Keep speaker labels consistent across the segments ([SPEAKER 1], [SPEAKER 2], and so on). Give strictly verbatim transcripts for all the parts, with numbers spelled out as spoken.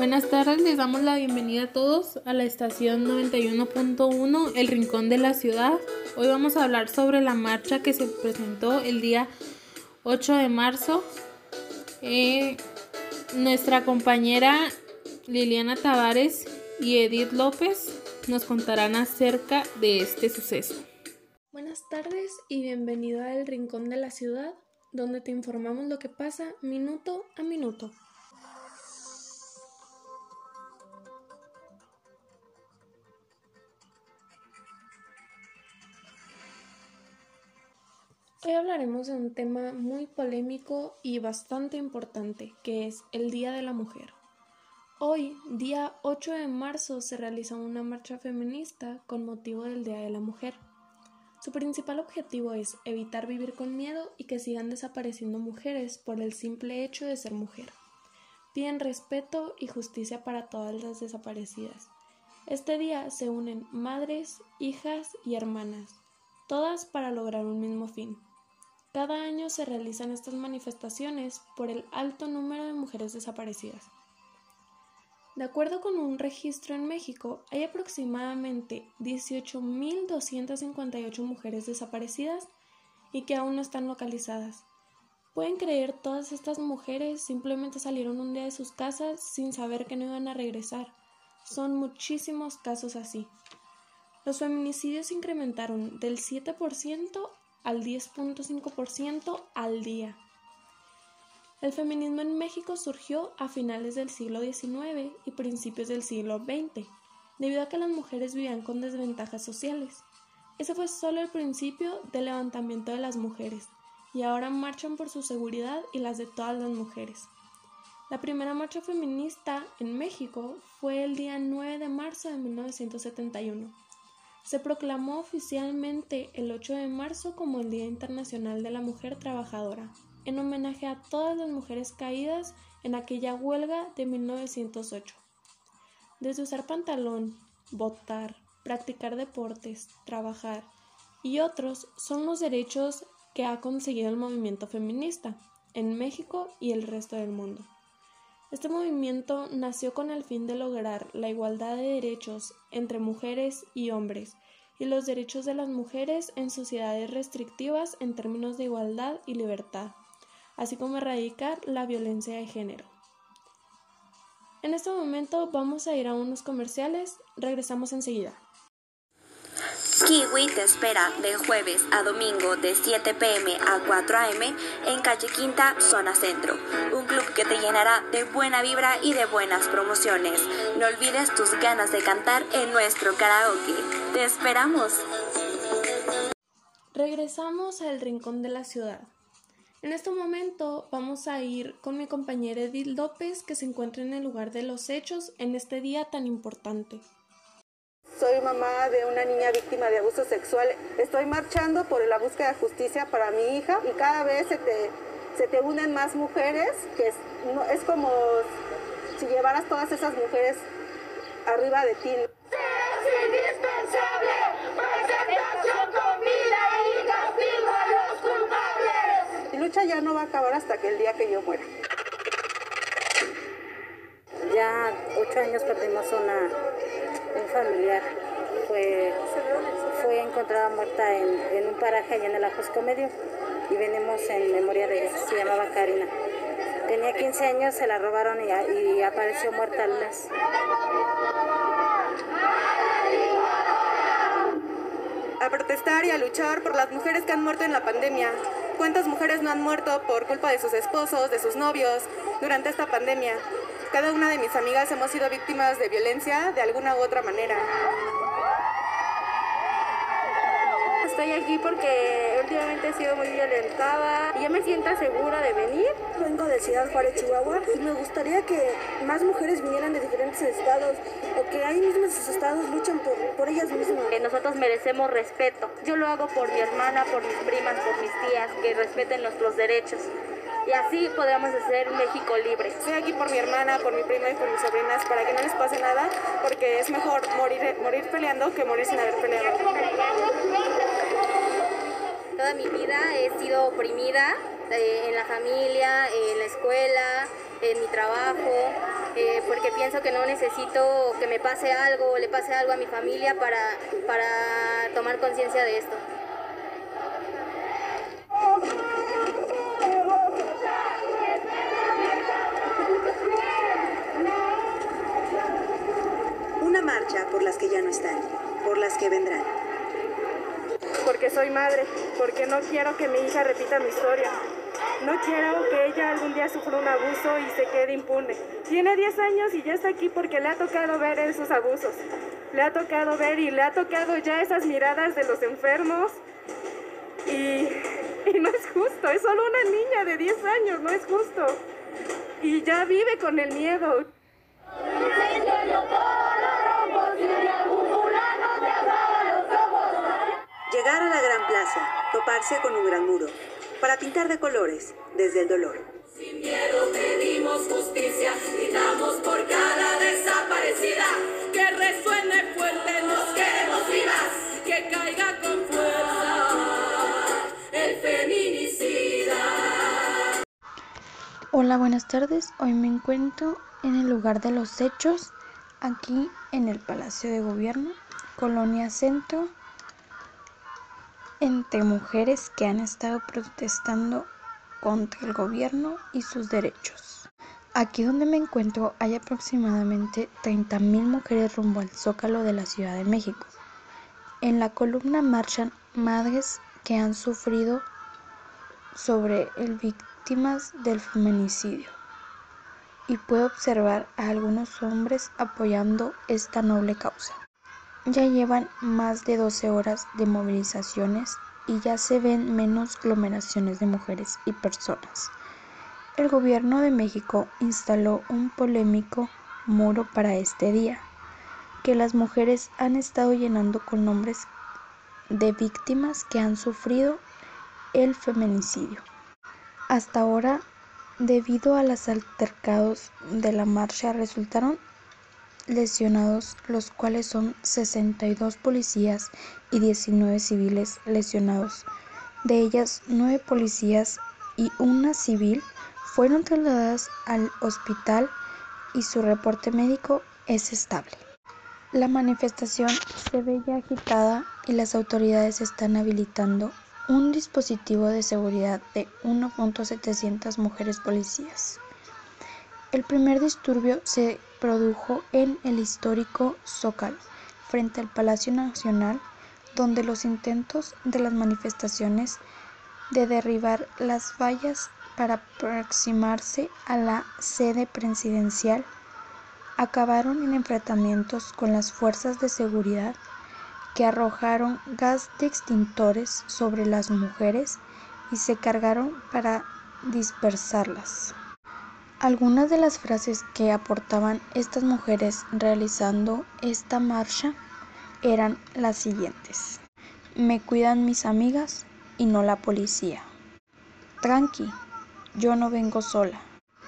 [SPEAKER 1] Buenas tardes, les damos la bienvenida a todos a la estación noventa y uno punto uno, El Rincón de la Ciudad. Hoy vamos a hablar sobre la marcha que se presentó el día ocho de marzo. Eh, nuestra compañera Liliana Tavares y Edith López nos contarán acerca de este suceso.
[SPEAKER 2] Buenas tardes y bienvenido a El Rincón de la Ciudad, donde te informamos lo que pasa minuto a minuto. Hoy hablaremos de un tema muy polémico y bastante importante, que es el Día de la Mujer. Hoy, día ocho de marzo, se realiza una marcha feminista con motivo del Día de la Mujer. Su principal objetivo es evitar vivir con miedo y que sigan desapareciendo mujeres por el simple hecho de ser mujer. Piden respeto y justicia para todas las desaparecidas. Este día se unen madres, hijas y hermanas, todas para lograr un mismo fin. Cada año se realizan estas manifestaciones por el alto número de mujeres desaparecidas. De acuerdo con un registro en México, hay aproximadamente dieciocho mil doscientas cincuenta y ocho mujeres desaparecidas y que aún no están localizadas. ¿Pueden creer todas estas mujeres simplemente salieron un día de sus casas sin saber que no iban a regresar? Son muchísimos casos así. Los feminicidios se incrementaron del siete por ciento al diez punto cinco por ciento al día. El feminismo en México surgió a finales del siglo diecinueve y principios del siglo veinte, debido a que las mujeres vivían con desventajas sociales. Ese fue solo el principio del levantamiento de las mujeres, y ahora marchan por su seguridad y las de todas las mujeres. La primera marcha feminista en México fue el día nueve de marzo de mil novecientos setenta y uno. Se proclamó oficialmente el ocho de marzo como el Día Internacional de la Mujer Trabajadora, en homenaje a todas las mujeres caídas en aquella huelga de mil novecientos ocho. Desde usar pantalón, votar, practicar deportes, trabajar y otros son los derechos que ha conseguido el movimiento feminista en México y el resto del mundo. Este movimiento nació con el fin de lograr la igualdad de derechos entre mujeres y hombres y los derechos de las mujeres en sociedades restrictivas en términos de igualdad y libertad, así como erradicar la violencia de género. En este momento vamos a ir a unos comerciales, regresamos enseguida.
[SPEAKER 3] Kiwi te espera de jueves a domingo de siete pe eme a cuatro a eme en calle Quinta, zona centro. Un club que te llenará de buena vibra y de buenas promociones. No olvides tus ganas de cantar en nuestro karaoke. ¡Te esperamos!
[SPEAKER 2] Regresamos al Rincón de la Ciudad. En este momento vamos a ir con mi compañera Edith López, que se encuentra en el lugar de los hechos en este día tan importante.
[SPEAKER 4] Soy mamá de una niña víctima de abuso sexual. Estoy marchando por la búsqueda de justicia para mi hija y cada vez se te, se te unen más mujeres, que es, no, es como si llevaras todas esas mujeres arriba de ti.
[SPEAKER 5] Es indispensable presentación con vida y castigo a los culpables.
[SPEAKER 4] Mi lucha ya no va a acabar hasta que el día que yo muera.
[SPEAKER 6] Ya ocho años perdimos una, un familiar. Fue, fue encontrada muerta en, en un paraje allá en el Ajusco Medio y venimos en memoria de ella. Se llamaba Karina. Tenía quince años, se la robaron y, y apareció muerta al mes.
[SPEAKER 4] A protestar y a luchar por las mujeres que han muerto en la pandemia. ¿Cuántas mujeres no han muerto por culpa de sus esposos, de sus novios, durante esta pandemia? Cada una de mis amigas hemos sido víctimas de violencia de alguna u otra manera.
[SPEAKER 7] Estoy aquí porque últimamente he sido muy violentada y yo me siento segura de venir.
[SPEAKER 8] Vengo de Ciudad Juárez, Chihuahua, y me gustaría que más mujeres vinieran de diferentes estados o que ahí mismos sus estados luchan por, por ellas mismas.
[SPEAKER 7] Que nosotros merecemos respeto. Yo lo hago por mi hermana, por mis primas, por mis tías, que respeten nuestros derechos. Y así podamos hacer un México libre.
[SPEAKER 4] Estoy aquí por mi hermana, por mi prima y por mis sobrinas para que no les pase nada, porque es mejor morir, morir peleando que morir sin haber peleado.
[SPEAKER 9] Toda mi vida he sido oprimida eh, en la familia, en la escuela,
[SPEAKER 7] en mi trabajo, eh, porque pienso que no necesito que me pase algo o le pase algo a mi familia para, para tomar conciencia de esto.
[SPEAKER 9] Una marcha por las que ya no están, por las que vendrán.
[SPEAKER 10] Porque soy madre, porque no quiero que mi hija repita mi historia. No quiero que ella algún día sufra un abuso y se quede impune. Tiene diez años y ya está aquí porque le ha tocado ver esos abusos. Le ha tocado ver y le ha tocado ya esas miradas de los enfermos. Y, y no es justo, es solo una niña de diez años, no es justo. Y ya vive con el miedo.
[SPEAKER 9] Llegar a la gran plaza, toparse con un gran muro, para pintar de colores desde el dolor.
[SPEAKER 5] Sin miedo pedimos justicia, gritamos por cada desaparecida. Que resuene fuerte, nos queremos vivas, que caiga con fuerza el feminicida.
[SPEAKER 2] Hola, buenas tardes. Hoy me encuentro en el lugar de los hechos, aquí en el Palacio de Gobierno, Colonia Centro, entre mujeres que han estado protestando contra el gobierno y sus derechos. Aquí donde me encuentro hay aproximadamente treinta mil mujeres rumbo al Zócalo de la Ciudad de México. En la columna marchan madres que han sufrido sobre el víctimas del feminicidio, y puedo observar a algunos hombres apoyando esta noble causa. Ya llevan más de doce horas de movilizaciones y ya se ven menos aglomeraciones de mujeres y personas. El gobierno de México instaló un polémico muro para este día, que las mujeres han estado llenando con nombres de víctimas que han sufrido el feminicidio. Hasta ahora, debido a los altercados de la marcha, resultaron lesionados, los cuales son sesenta y dos policías y diecinueve civiles lesionados. De ellas, nueve policías y una civil fueron trasladadas al hospital y su reporte médico es estable. La manifestación se ve ya agitada y las autoridades están habilitando un dispositivo de seguridad de uno punto setecientas mujeres policías. El primer disturbio se produjo en el histórico Zócalo, frente al Palacio Nacional, donde los intentos de las manifestaciones de derribar las vallas para aproximarse a la sede presidencial acabaron en enfrentamientos con las fuerzas de seguridad, que arrojaron gas de extintores sobre las mujeres y se cargaron para dispersarlas. Algunas de las frases que aportaban estas mujeres realizando esta marcha eran las siguientes: me cuidan mis amigas y no la policía. Tranqui, yo no vengo sola.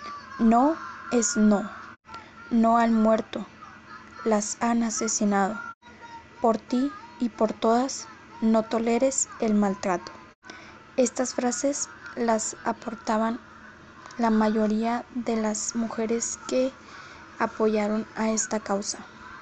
[SPEAKER 2] No es no. No al muerto. Las han asesinado. Por ti y por todas, no toleres el maltrato. Estas frases las aportaban la mayoría de las mujeres que apoyaron a esta causa.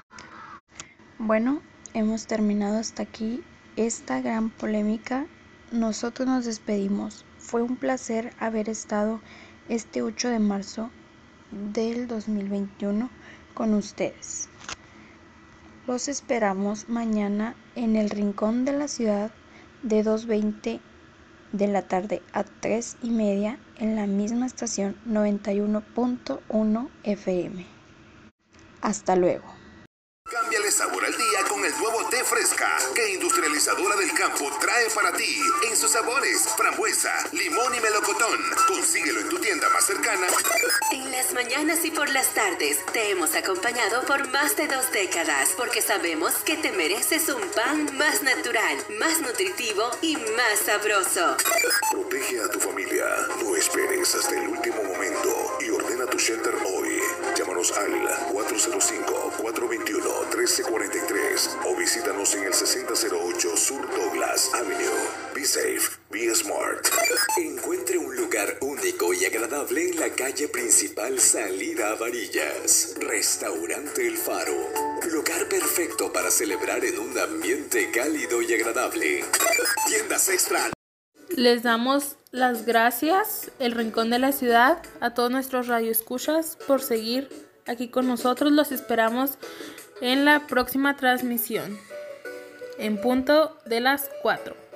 [SPEAKER 2] Bueno, hemos terminado hasta aquí esta gran polémica. Nosotros nos despedimos. Fue un placer haber estado este ocho de marzo del dos mil veintiuno con ustedes. Los esperamos mañana en el Rincón de la Ciudad de dos veinte de la tarde a tres y media en la misma estación noventa y uno punto uno F M. Hasta luego.
[SPEAKER 11] Cámbiale sabor al día con el nuevo té Fresca que Industrializadora del Campo trae para ti en sus sabores frambuesa, limón y melocotón. Consíguelo en tu tienda más cercana.
[SPEAKER 3] En las mañanas y por las tardes te hemos acompañado por más de dos décadas porque sabemos que te mereces un pan más natural, más nutritivo y más sabroso.
[SPEAKER 11] Protege a tu familia. No esperes hasta el último momento y ordena tu shelter hoy. Llámanos al cuatro cero cinco, cuatro dos uno, uno tres cuatro tres o visítanos en el sesenta cero ocho Sur Douglas Avenue. Be safe, be smart.
[SPEAKER 12] Encuentre un lugar único y agradable agradable en la calle principal salida a Varillas. Restaurante El Faro. Lugar perfecto para celebrar en un ambiente cálido y agradable. Tiendas Extra.
[SPEAKER 1] Les damos las gracias, El Rincón de la Ciudad, a todos nuestros radioescuchas por seguir aquí con nosotros. Los esperamos en la próxima transmisión, en punto de las cuatro.